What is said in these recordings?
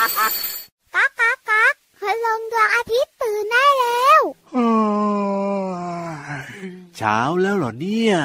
ก๊ากก๊ากก๊ากพลังดวงอาทิตย์ตื่นได้แล้วเช้าแล้วเหรอเนี่ย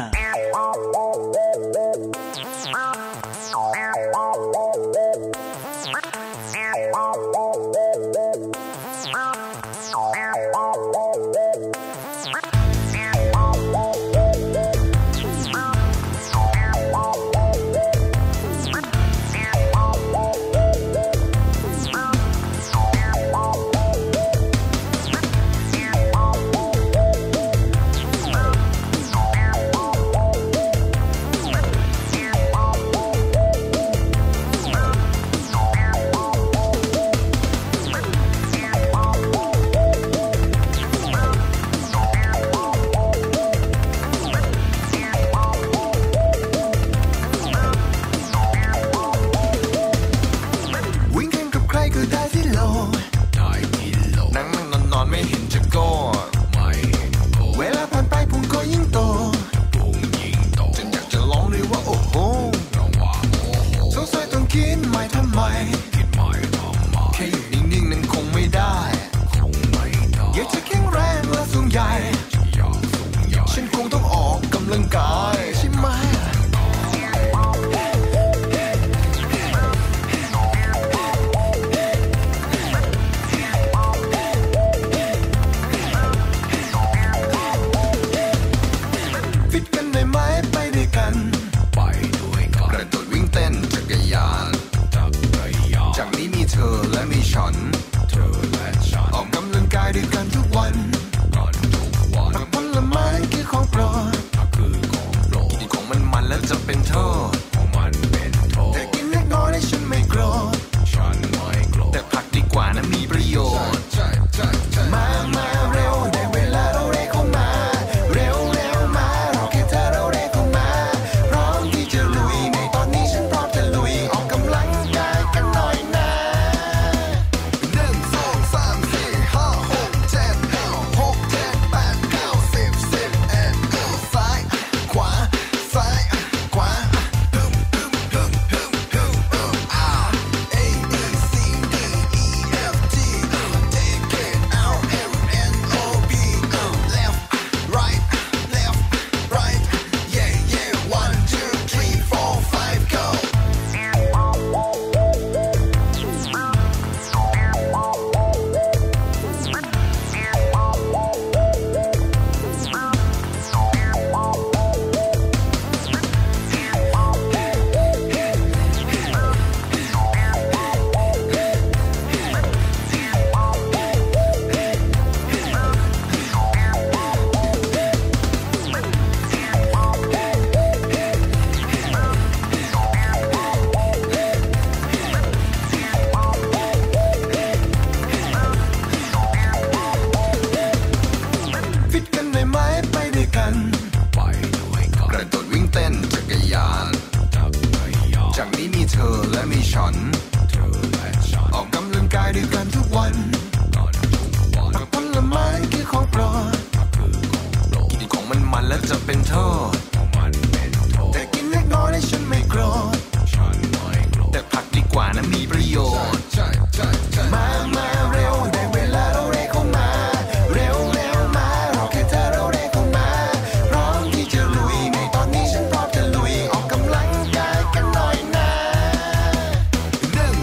1 2 3 4 5 6 7 8 9 10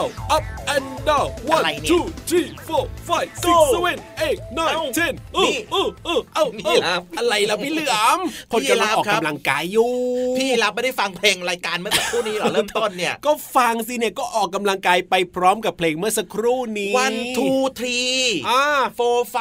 down up and down 1 2 3 4 5 6 7 8 9 10อะไรล่ะพี่เหลือมคนกำลังออกกำลังกายอยู่พี่รับไม่ได้ฟังเพลงรายการเมื่อสักครู่นี้หรอเริ่มต้นเนี่ยก็ฟังสิเนี่ยก็ออกกำลังกายไปพร้อมกับเพลงเมื่อสักครู่นี้ 1 2 3 4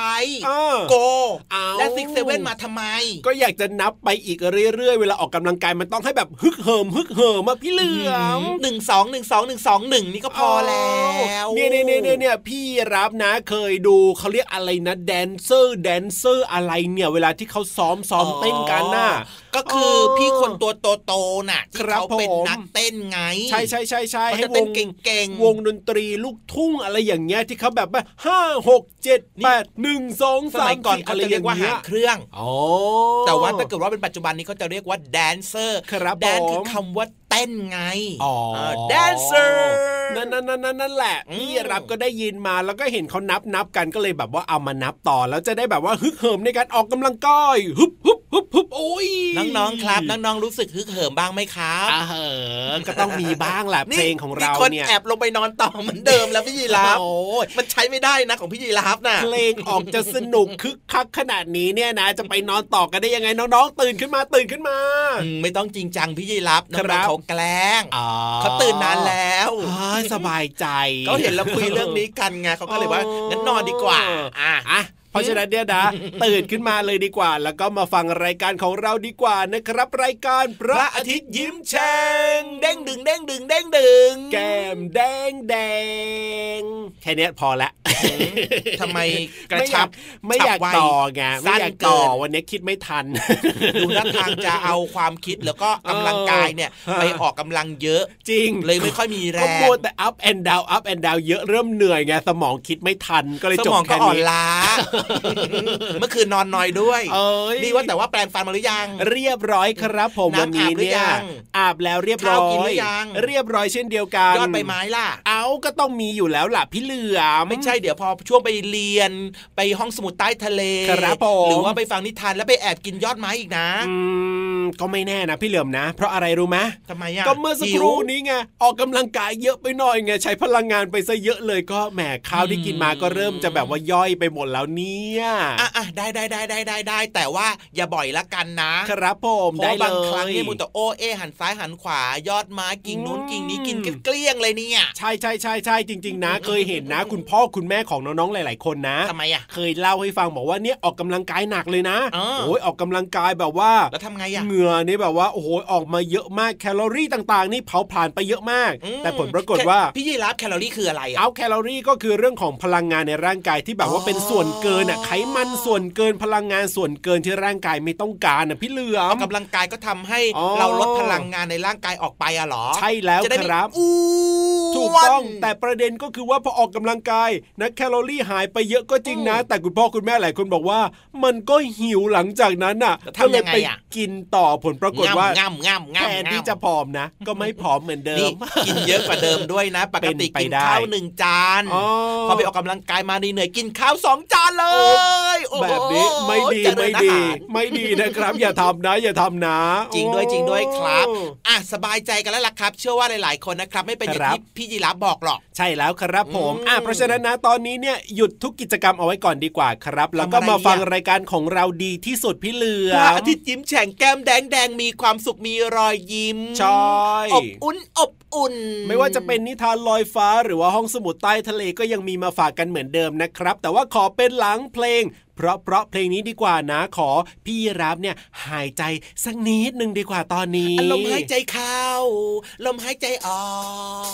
5 go และ6 7มาทำไมก็อยากจะนับไปอีกเรื่อยๆเวลาออกกำลังกายมันต้องให้แบบฮึกเหิมมาพี่เหลือม 1 2 1 2 1 2 1นี่ก็พอแล้วเนี่ยพี่รับนะเคยดูเขาเรียกอะไรนะแดนเซอร์อะไรเนี่ยเวลาที่เขาซ้อมเต้นกันน่ะก็คือพี่คนตัวโตๆน่ะที่เขาเป็นนักเต้นไงใช่ให้วงเก่งวงดนตรีลูกทุ่งอะไรอย่างเงี้ยที่เขาแบบว่า5 6 7 8 1 2 3 ก่อนเขาจะเรียกว่าหางเครื่องแต่ว่าถ้าเกิดว่าเป็นปัจจุบันนี้เขาจะเรียกว่าแดนเซอร์แดนคือคำว่าเต้นไงแดนเซอร์นั่นแหละพี่รับก็ได้ยินมาแล้วก็เห็นเขานับกันก็เลยแบบว่าเอามานับต่อแล้วจะได้แบบว่าฮึกเหิมในการออกกำลังกายฮึบโอ้ยน้องๆครับน้องๆรู้สึกฮึกเหิมบ้างไหมครับก็ต้องมีบ้างแหละเพลงของเราเนี่ยแอบลงไปนอนต่อเหมือนเดิมแล้วพี่ยีราฟมันใช้ไม่ได้นะของพี่ยีราฟน่ะเพลงออกจะสนุกคึกคักขนาดนี้เนี่ยนะจะไปนอนต่อกันได้ยังไงน้องๆตื่นขึ้นมาไม่ต้องจริงจังพี่ยีราฟน้องๆเขาแกล้งเขาตื่นนานแล้วสบายใจเขาเห็นเราคุยเรื่องนี้กันไงเขาก็เลยว่างั้นนอนดีกว่าเพราะฉะนั้นเนี่ยนะตื่นขึ้นมาเลยดีกว่าแล้วก็มาฟังรายการของเราดีกว่านะครับรายการพระอาทิตย์ยิ้มแฉ่งเด้งดึงแก้มแดงแค่นี้พอละทำไมกระชับไม่อยากต่อไงไม่อยากต่อวันนี้คิดไม่ทันดูท่าทางจะเอาความคิดแล้วก็กำลังกายเนี่ยไปออกกำลังเยอะจริงเลยไม่ค่อยมีแรงก็มัวแต่ up and down เยอะเริ่มเหนื่อยไงสมองคิดไม่ทันก็เลยจบแค่นี้สมองก็อ่อนล้าเมื่อคืนนอนน้อยด้วยนี่ว่าแต่ว่าแปรงฟันมาหรือยังเรียบร้อยครับผมวันนี้เนี่ยอาบแล้วเรียบร้อยเรียบร้อยเช่นเดียวกันยอดใบไม้ล่ะเอาก็ต้องมีอยู่แล้วล่ะพี่เหลือมไม่ใช่เดี๋ยวพอช่วงไปเรียนไปห้องสมุดใต้ทะเลหรือว่าไปฟังนิทานแล้วไปแอบกินยอดไม้อีกนะก็ไม่แน่นะพี่เหลือมนะเพราะอะไรรู้ไหมทำไมอ่ะก็เมื่อสักครู่นี้ไงออกกำลังกายเยอะไปหน่อยไงใช้พลังงานไปซะเยอะเลยก็แหมข้าวที่กินมาก็เริ่มจะแบบว่าย่อยไปหมดแล้วเนี่ยได้แต่ว่าอย่าบ่อยละกันนะครับผมได้เลยบางครั้งนี่มุตโอหันซ้ายหันขวายอดไม้กิ่งนู้นกิ่งนี้กินเกลี้ยงเลยเนี่ยใช่จริงๆนะเคยเห็นนะคุณพ่อคุณแม่ของน้องๆหลายๆคนนะทำไมอ่ะเคยเล่าให้ฟังบอกว่าเนี่ยออกกำลังกายหนักเลยนะโอ้ยออกกำลังกายแบบว่าแล้วทำไงอ่ะเหงื่อนี่แบบว่าโอ้โหออกมาเยอะมากแคลอรี่ต่างๆนี่เผาผลาญไปเยอะมากแต่ผลปรากฏว่าพี่ยีรับแคลอรี่คืออะไรเอาแคลอรี่ก็คือเรื่องของพลังงานในร่างกายที่แบบว่าเป็นส่วนเกินไขมันส่วนเกินพลังงานส่วนเกินที่ร่างกายไม่ต้องการพี่เหลือมออกกำลังกายก็ทำให้เราลดพลังงานในร่างกายออกไปอะหรอใช่แล้วครับถูกต้องแต่ประเด็นก็คือว่าพอออกกำลังกายนะแคลอรี่หายไปเยอะก็จริงนะแต่คุณพ่อคุณแม่หลายคนบอกว่ามันก็หิวหลังจากนั้นน่ะก็เลยไปกินต่อผลปรากฏว่าแทนที่จะผอมนะก็ไม่ผอมเหมือนเดิมกินเยอะกว่าเดิมด้วยนะปกติกินข้าว1 จานพอไปออกกำลังกายมาเหนื่อยกินข้าว2 จานเลยแบบนี้ไม่ดีนะครับอย่าทำนะจริงด้วยครับสบายใจกันแล้วล่ะครับเชื่อว่าหลายๆคนนะครับไม่เป็นอย่างที่พี่ยีราฟบอกหรอกใช่แล้วครับผมเพราะฉะนั้นนะตอนนี้เนี่ยหยุดทุกกิจกรรมเอาไว้ก่อนดีกว่าครับแล้วก็มาฟังรายการของเราดีที่สุดพี่เหลือมอาทิตย์ยิ้มแฉ่งแก้มแดงมีความสุขมีรอยยิ้มใช่อบอุ่นไม่ว่าจะเป็นนิทานลอยฟ้าหรือว่าห้องสมุดใต้ทะเลก็ยังมีมาฝากกันเหมือนเดิมนะครับแต่ว่าขอเป็นหลังเพลงเพราะเพลงนี้ดีกว่านะขอพี่รับเนี่ยหายใจสักนิดนึงดีกว่าตอนนี้ลมหายใจเข้าลมหายใจออก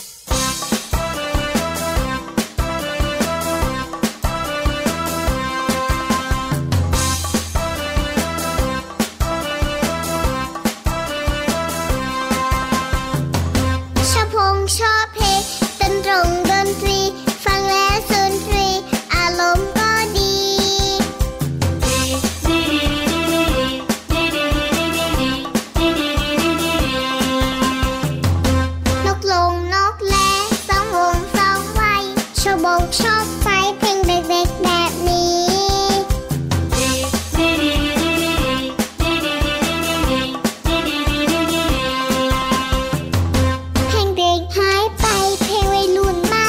ชอบเพลงเต้นตรงดนตรีฟังแล้วสุนทรีอารมณ์ก็ดีนกลงนกแลสองวงสองไว้ชอบบงชอบไฟเพลงเด็กๆแบบนี้เพลงเด็กหายไปเพลงวัยรุ่นมา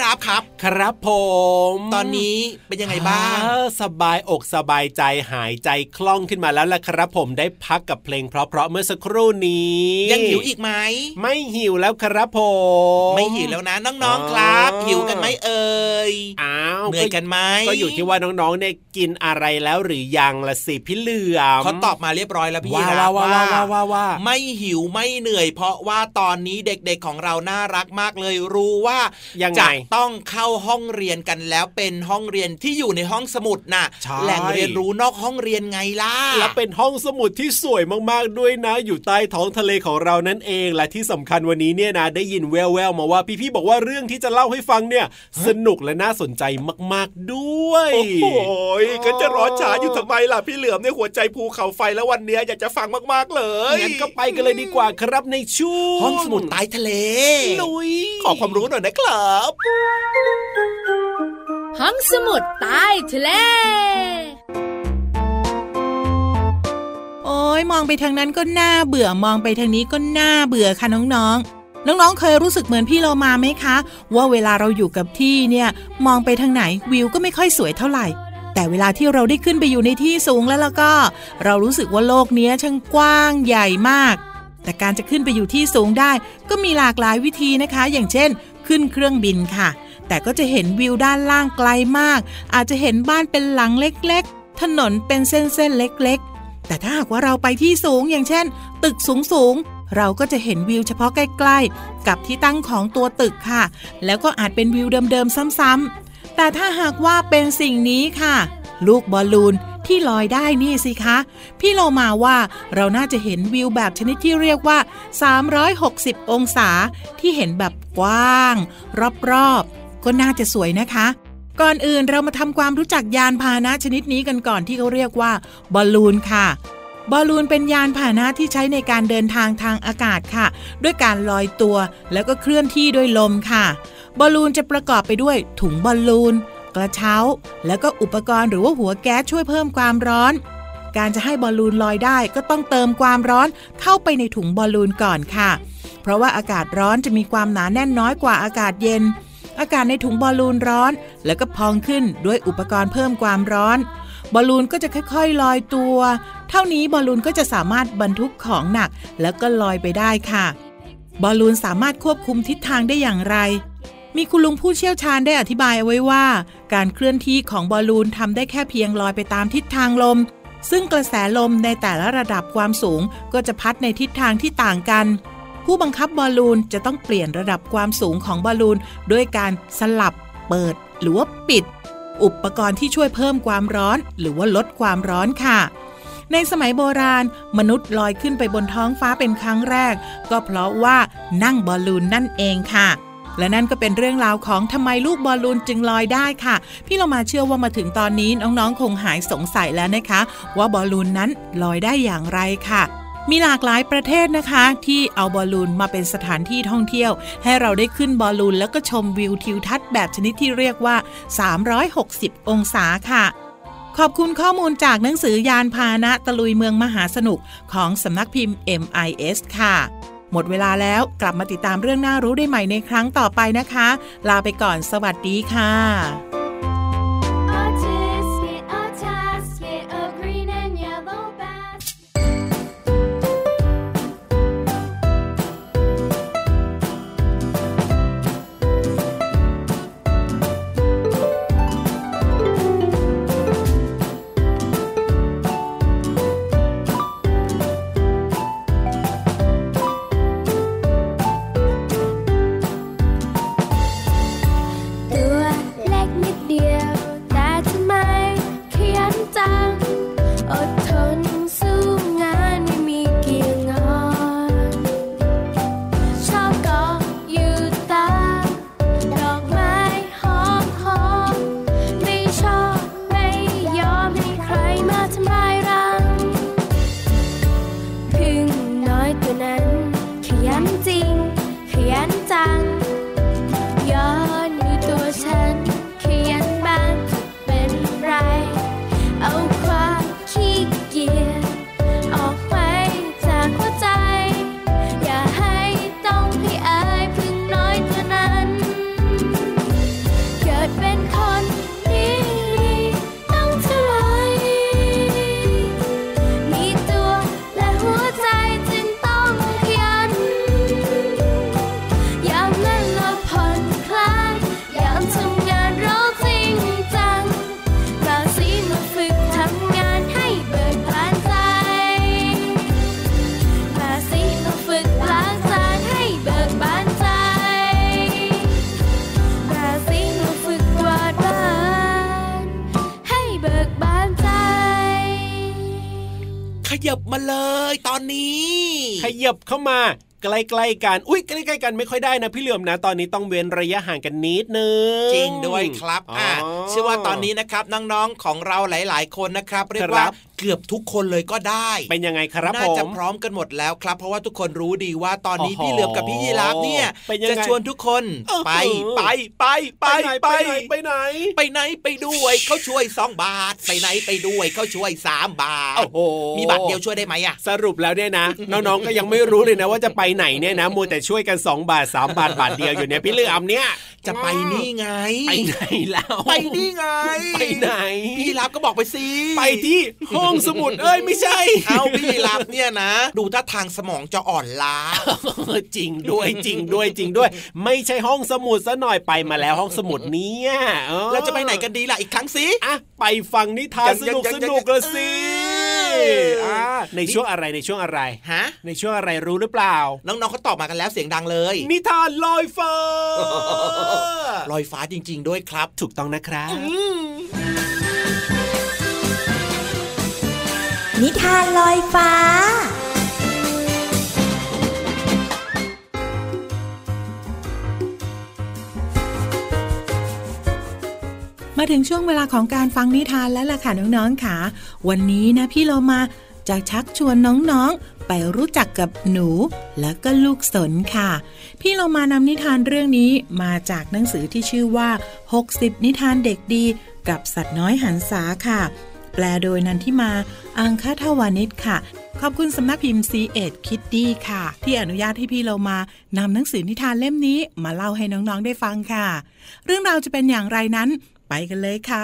ครับผมตอนนี้เป็นยังไงบ้างสบายอกสบายใจหายใจคล่องขึ้นมาแล้วล่ะครับผมได้พักกับเพลงเพราะๆเมื่อสักครู่นี้ยังหิวอีกไหมไม่หิวแล้วครับผมไม่หิวแล้วนะน้องๆครับหิวกันไหมเอ่ยเหนื่อยกันไหมก็อยู่ที่ว่าน้องๆเนี่ยกินอะไรแล้วหรือยังละสิพี่เหลือมเขาตอบมาเรียบร้อยแล้วพี่ว่าไม่หิวไม่เหนื่อยเพราะว่าตอนนี้เด็กๆของเราน่ารักมากเลยรู้ว่าจะต้องเข้าห้องเรียนกันแล้วเป็นห้องเรียนที่อยู่ในห้องสมุดน่ะแหล่งเรียนรู้นอกห้องเรียนไงล่ะแล้วเป็นห้องสมุดที่สวยมากๆด้วยนะอยู่ใต้ท้องทะเลของเรานั่นเองและที่สำคัญวันนี้เนี่ยนะได้ยินแว่วๆมาว่าพี่ๆบอกว่าเรื่องที่จะเล่าให้ฟังเนี่ยสนุกและน่าสนใจมากๆด้วยโอ้โหก็จะรอช้าอยู่ทำไมล่ะพี่เหลือมในหัวใจภูเขาไฟแล้ววันนี้อยากจะฟังมากๆเลยงั้นก็ไปกันเลยดีกว่าครับในช่วงห้องสมุดใต้ทะเลลุยขอความรู้หน่อยนะครับห้องสมุดใต้ทะเลโอ้ยมองไปทางนั้นก็น่าเบื่อมองไปทางนี้ก็น่าเบื่อค่ะน้องๆเคยรู้สึกเหมือนพี่เรามาไหมคะว่าเวลาเราอยู่กับที่เนี่ยมองไปทางไหนวิวก็ไม่ค่อยสวยเท่าไหร่แต่เวลาที่เราได้ขึ้นไปอยู่ในที่สูงแล้วก็เรารู้สึกว่าโลกนี้ช่างกว้างใหญ่มากแต่การจะขึ้นไปอยู่ที่สูงได้ก็มีหลากหลายวิธีนะคะอย่างเช่นขึ้นเครื่องบินค่ะแต่ก็จะเห็นวิวด้านล่างไกลมากอาจจะเห็นบ้านเป็นหลังเล็กๆถนนเป็นเส้นๆเล็กๆแต่ถ้าหากว่าเราไปที่สูงอย่างเช่นตึกสูงเราก็จะเห็นวิวเฉพาะใกล้ๆกับที่ตั้งของตัวตึกค่ะแล้วก็อาจเป็นวิวเดิมๆซ้ำๆแต่ถ้าหากว่าเป็นสิ่งนี้ค่ะลูกบอลลูนที่ลอยได้นี่สิคะพี่เรามาว่าเราน่าจะเห็นวิวแบบชนิดที่เรียกว่า360องศาที่เห็นแบบกว้างรอบๆก็น่าจะสวยนะคะก่อนอื่นเรามาทำความรู้จักยานพาหนะชนิดนี้กันก่อนที่เขาเรียกว่าบอลลูนค่ะบอลลูนเป็นยานพาหนะที่ใช้ในการเดินทางทางอากาศค่ะด้วยการลอยตัวแล้วก็เคลื่อนที่ด้วยลมค่ะบอลลูนจะประกอบไปด้วยถุงบอลลูนกระเช้าแล้วก็อุปกรณ์หรือว่าหัวแก๊สช่วยเพิ่มความร้อนการจะให้บอลลูนลอยได้ก็ต้องเติมความร้อนเข้าไปในถุงบอลลูนก่อนค่ะเพราะว่าอากาศร้อนจะมีความหนาแน่นน้อยกว่าอากาศเย็นอากาศในถุงบอลลูนร้อนแล้วก็พองขึ้นด้วยอุปกรณ์เพิ่มความร้อนบอลลูนก็จะค่อยๆลอยตัวเท่านี้บอลลูนก็จะสามารถบรรทุกของหนักแล้วก็ลอยไปได้ค่ะบอลลูนสามารถควบคุมทิศทางได้อย่างไรมีคุณลุงผู้เชี่ยวชาญได้อธิบายเอาไว้ว่าการเคลื่อนที่ของบอลลูนทำได้แค่เพียงลอยไปตามทิศทางลมซึ่งกระแสลมในแต่ละระดับความสูงก็จะพัดในทิศทางที่ต่างกันผู้บังคับบอลลูนจะต้องเปลี่ยนระดับความสูงของบอลลูนด้วยการสลับเปิดหรือว่าปิดอุปกรณ์ที่ช่วยเพิ่มความร้อนหรือว่าลดความร้อนค่ะในสมัยโบราณมนุษย์ลอยขึ้นไปบนท้องฟ้าเป็นครั้งแรกก็เพราะว่านั่งบอลลูนนั่นเองค่ะและนั่นก็เป็นเรื่องราวของทำไมลูกบอลลูนจึงลอยได้ค่ะพี่เรามาเชื่อว่ามาถึงตอนนี้น้องๆคงหายสงสัยแล้วนะคะว่าบอลลูนนั้นลอยได้อย่างไรค่ะมีหลากหลายประเทศนะคะที่เอาบอลลูนมาเป็นสถานที่ท่องเที่ยวให้เราได้ขึ้นบอลลูนแล้วก็ชมวิวทิวทัศน์แบบชนิดที่เรียกว่า360องศาค่ะขอบคุณข้อมูลจากหนังสือยานพาหนะตะลุยเมืองมหาสนุกของสำนักพิมพ์ MIS ค่ะหมดเวลาแล้วกลับมาติดตามเรื่องน่ารู้ได้ใหม่ในครั้งต่อไปนะคะลาไปก่อนสวัสดีค่ะยับมาเลยตอนนี้ขยับเข้ามาใกล้ๆกันอุ้ยใกล้ๆกันไม่ค่อยได้นะพี่เหลือมนะตอนนี้ต้องเว้นระยะห่างกันนิดนึงจริงด้วยครับเชื่อว่าตอนนี้นะครับน้องๆของเราหลายๆคนนะครับเรียกว่าเกือบทุกคนเลยก็ได้เป็นยังไงครับน่าจะพร้อมกันหมดแล้วครับเพราะว่าทุกคนรู้ดีว่าตอนนี้พี่เหลือมกับพี่ยีราฟเนี่ยจะชวนทุกคนไปด้วยเขาช่วย2 บาทไปไหนไปด้วยเขาช่วย3 บาทมีบาทเดียวช่วยได้ไหมอะสรุปแล้วเนี่ยนะน้องๆก็ยังไม่รู้เลยนะว่าจะไปไหนเนี่ยนะมัวแต่ช่วยกัน2 บาท3 บาทบาทเดียวอยู่เนี่ยพี่เหลือมเนี่ยจะไปนี่ไงไปไหนแล้วไปนี่ไงไปไหนพี่ยีราฟก็บอกไปสิไปที่ห้องสมุดไม่ใช่เอาพี่ยีราฟเนี่ยนะดูท่าทางสมองจะอ่อนล้าจริงด้วยไม่ใช่ห้องสมุดซะหน่อยไปมาแล้วห้องสมุดเนี่ยเราจะไปไหนกันดีล่ะอีกครั้งสิไปฟังนิทานสนุกกันสิในช่วงอะไรในช่วงอะไรรู้หรือเปล่าน้องๆเขาตอบมากันแล้วเสียงดังเลยนิทานลอยฟ้าลอยฟ้าจริงๆด้วยครับถูกต้องนะครับนิทานลอยฟ้ามาถึงช่วงเวลาของการฟังนิทานแล้วล่ะค่ะน้องๆค่ะวันนี้นะพี่โลมาจะชักชวนน้องๆไปรู้จักกับหนูและก็ลูกสนค่ะพี่โลมานำนิทานเรื่องนี้มาจากหนังสือที่ชื่อว่า60นิทานเด็กดีกับสัตว์น้อยหันษาค่ะแปลโดยนันทิมาอังคทวานิชค่ะขอบคุณสำนักพิมพ์ C.Ed Kiddie ค่ะที่อนุญาตให้พี่โลมานำหนังสือนิทานเล่มนี้มาเล่าให้น้องๆได้ฟังค่ะเรื่องราวจะเป็นอย่างไรนั้นไปกันเลยค่ะ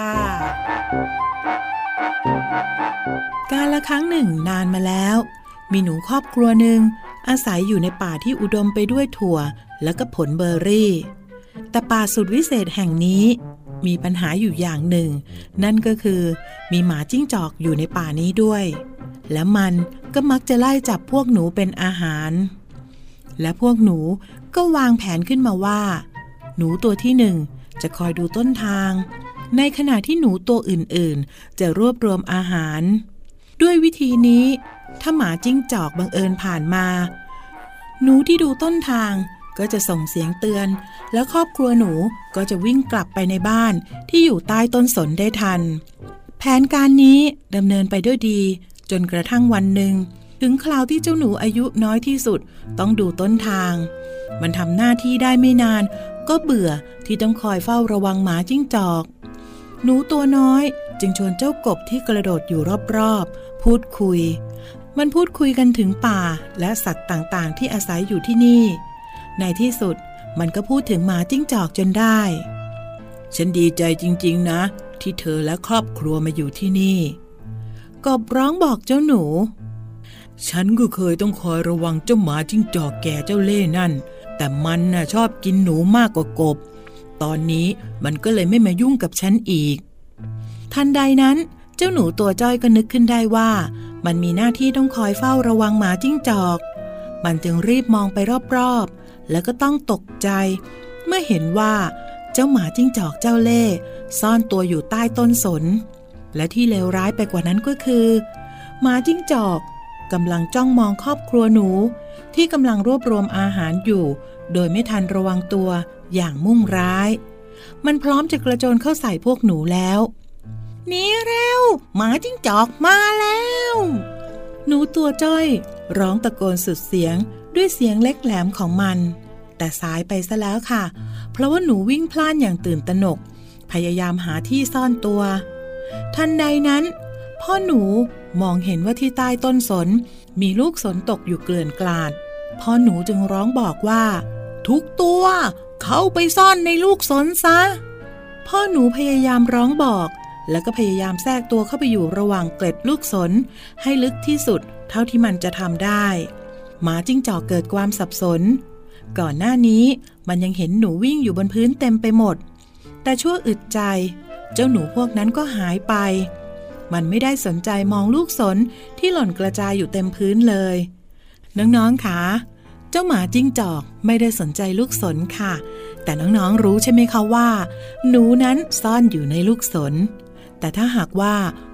กาลครั้งหนึ่งนานมาแล้วมีหนูครอบครัวหนึ่งอาศัยอยู่ในป่าที่อุดมไปด้วยถั่วและก็ผลเบอร์รี่แต่ป่าสุดวิเศษแห่งนี้มีปัญหาอยู่อย่างหนึ่งนั่นก็คือมีหมาจิ้งจอกอยู่ในป่านี้ด้วยและมันก็มักจะไล่จับพวกหนูเป็นอาหารและพวกหนูก็วางแผนขึ้นมาว่าหนูตัวที่หนึ่งจะคอยดูต้นทางในขณะที่หนูตัวอื่นๆจะรวบรวมอาหารด้วยวิธีนี้ถ้าหมาจิ้งจอกบังเอิญผ่านมาหนูที่ดูต้นทางก็จะส่งเสียงเตือนแล้วครอบครัวหนูก็จะวิ่งกลับไปในบ้านที่อยู่ใต้ต้นสนได้ทันแผนการนี้ดำเนินไปด้วยดีจนกระทั่งวันหนึ่งถึงคราวที่เจ้าหนูอายุน้อยที่สุดต้องดูต้นทางมันทำหน้าที่ได้ไม่นานก็เบื่อที่ต้องคอยเฝ้าระวังหมาจิ้งจอกหนูตัวน้อยจึงชวนเจ้ากบที่กระโดดอยู่รอบๆพูดคุยมันพูดคุยกันถึงป่าและสัตว์ต่างๆที่อาศัยอยู่ที่นี่ในที่สุดมันก็พูดถึงหมาจิ้งจอกจนได้ฉันดีใจจริงๆนะที่เธอและครอบครัวมาอยู่ที่นี่กบร้องบอกเจ้าหนูฉันก็เคยต้องคอยระวังเจ้าหมาจิ้งจอกแก่เจ้าเล่ห์นั่นแต่มันน่ะชอบกินหนูมากกว่ากบตอนนี้มันก็เลยไม่มายุ่งกับฉันอีกทันใดนั้นเจ้าหนูตัวจ้อยก็นึกขึ้นได้ว่ามันมีหน้าที่ต้องคอยเฝ้าระวังหมาจิ้งจอกมันจึงรีบมองไปรอบๆแล้วก็ต้องตกใจเมื่อเห็นว่าเจ้าหมาจิ้งจอกเจ้าเล่ห์ซ่อนตัวอยู่ใต้ต้นสนและที่เลวร้ายไปกว่านั้นก็คือหมาจิ้งจอกกำลังจ้องมองครอบครัวหนูที่กำลังรวบรวมอาหารอยู่โดยไม่ทันระวังตัวอย่างมุ่งร้ายมันพร้อมจะกระโจนเข้าใส่พวกหนูแล้วหนีเร็วหมาจิ้งจอกมาแล้วหนูตัวจ้อยร้องตะโกนสุดเสียงด้วยเสียงเล็กแหลมของมันแต่สายไปซะแล้วค่ะเพราะว่าหนูวิ่งพล่านอย่างตื่นตระหนกพยายามหาที่ซ่อนตัวทันใดนั้นพ่อหนูมองเห็นว่าที่ใต้ต้นสนมีลูกสนตกอยู่เกลื่อนกลาดพ่อหนูจึงร้องบอกว่าทุกตัวเข้าไปซ่อนในลูกสนซะพ่อหนูพยายามร้องบอกแล้วก็พยายามแทรกตัวเข้าไปอยู่ระหว่างเกล็ดลูกสนให้ลึกที่สุดเท่าที่มันจะทำได้หมาจิ้งจอกเกิดความสับสนก่อนหน้านี้มันยังเห็นหนูวิ่งอยู่บนพื้นเต็มไปหมดแต่ชั่วอึดใจเจ้าหนูพวกนั้นก็หายไปมันไม่ได้สนใจมองลูกสนที่หล่นกระจายอยู่เต็มพื้นเลยน้องๆค่ะเจ้าหมาจิ้งจอกไม่ได้สนใจลูกสนค่ะแต่น้องๆรู้ใช่ไหมคะว่าหนูนั้นซ่อนอยู่ในลูกสนแต่ถ้าหากว่า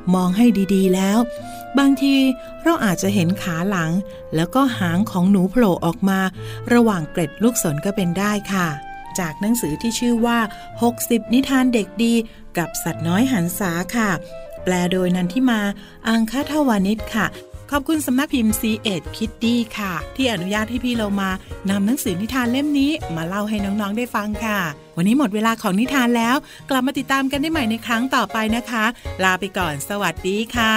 มองให้ดีๆแล้วบางทีเราอาจจะเห็นขาหลังแล้วก็หางของหนูโผล่ออกมาระหว่างเกล็ดลูกศรก็เป็นได้ค่ะจากหนังสือที่ชื่อว่า60นิทานเด็กดีกับสัตว์น้อยหันษาค่ะแปลโดยนันทิมาอังคทวานิชค่ะขอบคุณสำนักพิมพ์ C.Ed Kiddie ค่ะที่อนุญาตให้พี่เรามานำหนังสือนิทานเล่มนี้มาเล่าให้น้องๆได้ฟังค่ะวันนี้หมดเวลาของนิทานแล้วกลับมาติดตามกันได้ใหม่ในครั้งต่อไปนะคะลาไปก่อนสวัสดีค่ะ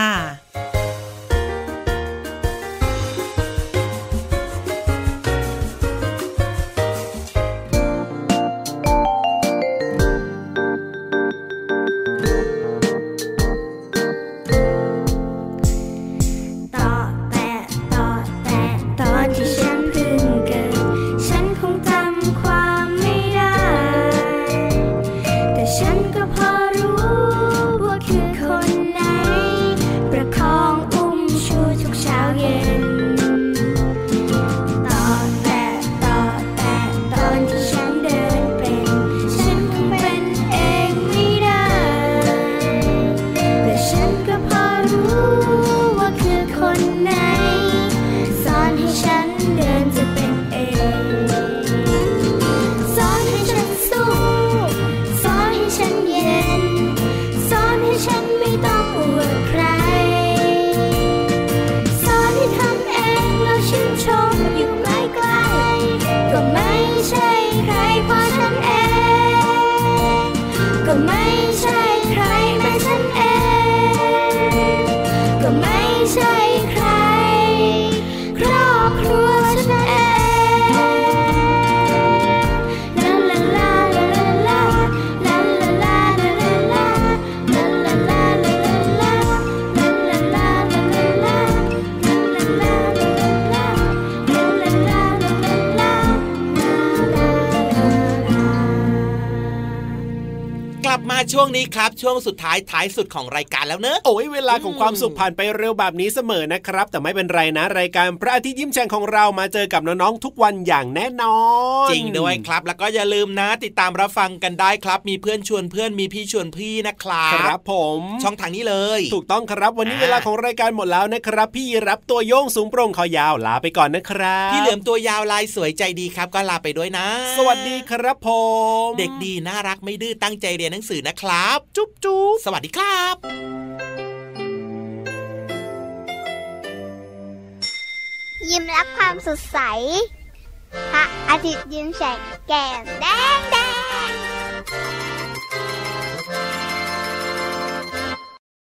ช่วงนี้ครับช่วงสุดท้ายสุดของรายการแล้วเนอะโอ้ยเวลาของความสุขผ่านไปเร็วแบบนี้เสมอนะครับแต่ไม่เป็นไรนะรายการพระอาทิตย์ยิ้มแฉ่งของเรามาเจอกับน้องๆทุกวันอย่างแน่นอนจริงด้วยครับแล้วก็อย่าลืมนะติดตามรับฟังกันได้ครับมีเพื่อนชวนเพื่อนมีพี่ชวนพี่นะครับครับผมช่องทางนี้เลยถูกต้องครับวันนี้เวลาของรายการหมดแล้วนะครับพี่รับตัวโยงสูงโปร่งคอยาวลาไปก่อนนะครับพี่เหลือมตัวยาวลายสวยใจดีครับก็ลาไปด้วยนะสวัสดีครับผมเด็กดีน่ารักไม่ดื้อตั้งใจเรียนหนังสือนะครับจุ๊บสวัสดีครับยิ้มรับความสดใสพระอาทิตย์ยิ้มแฉกแก้มแดง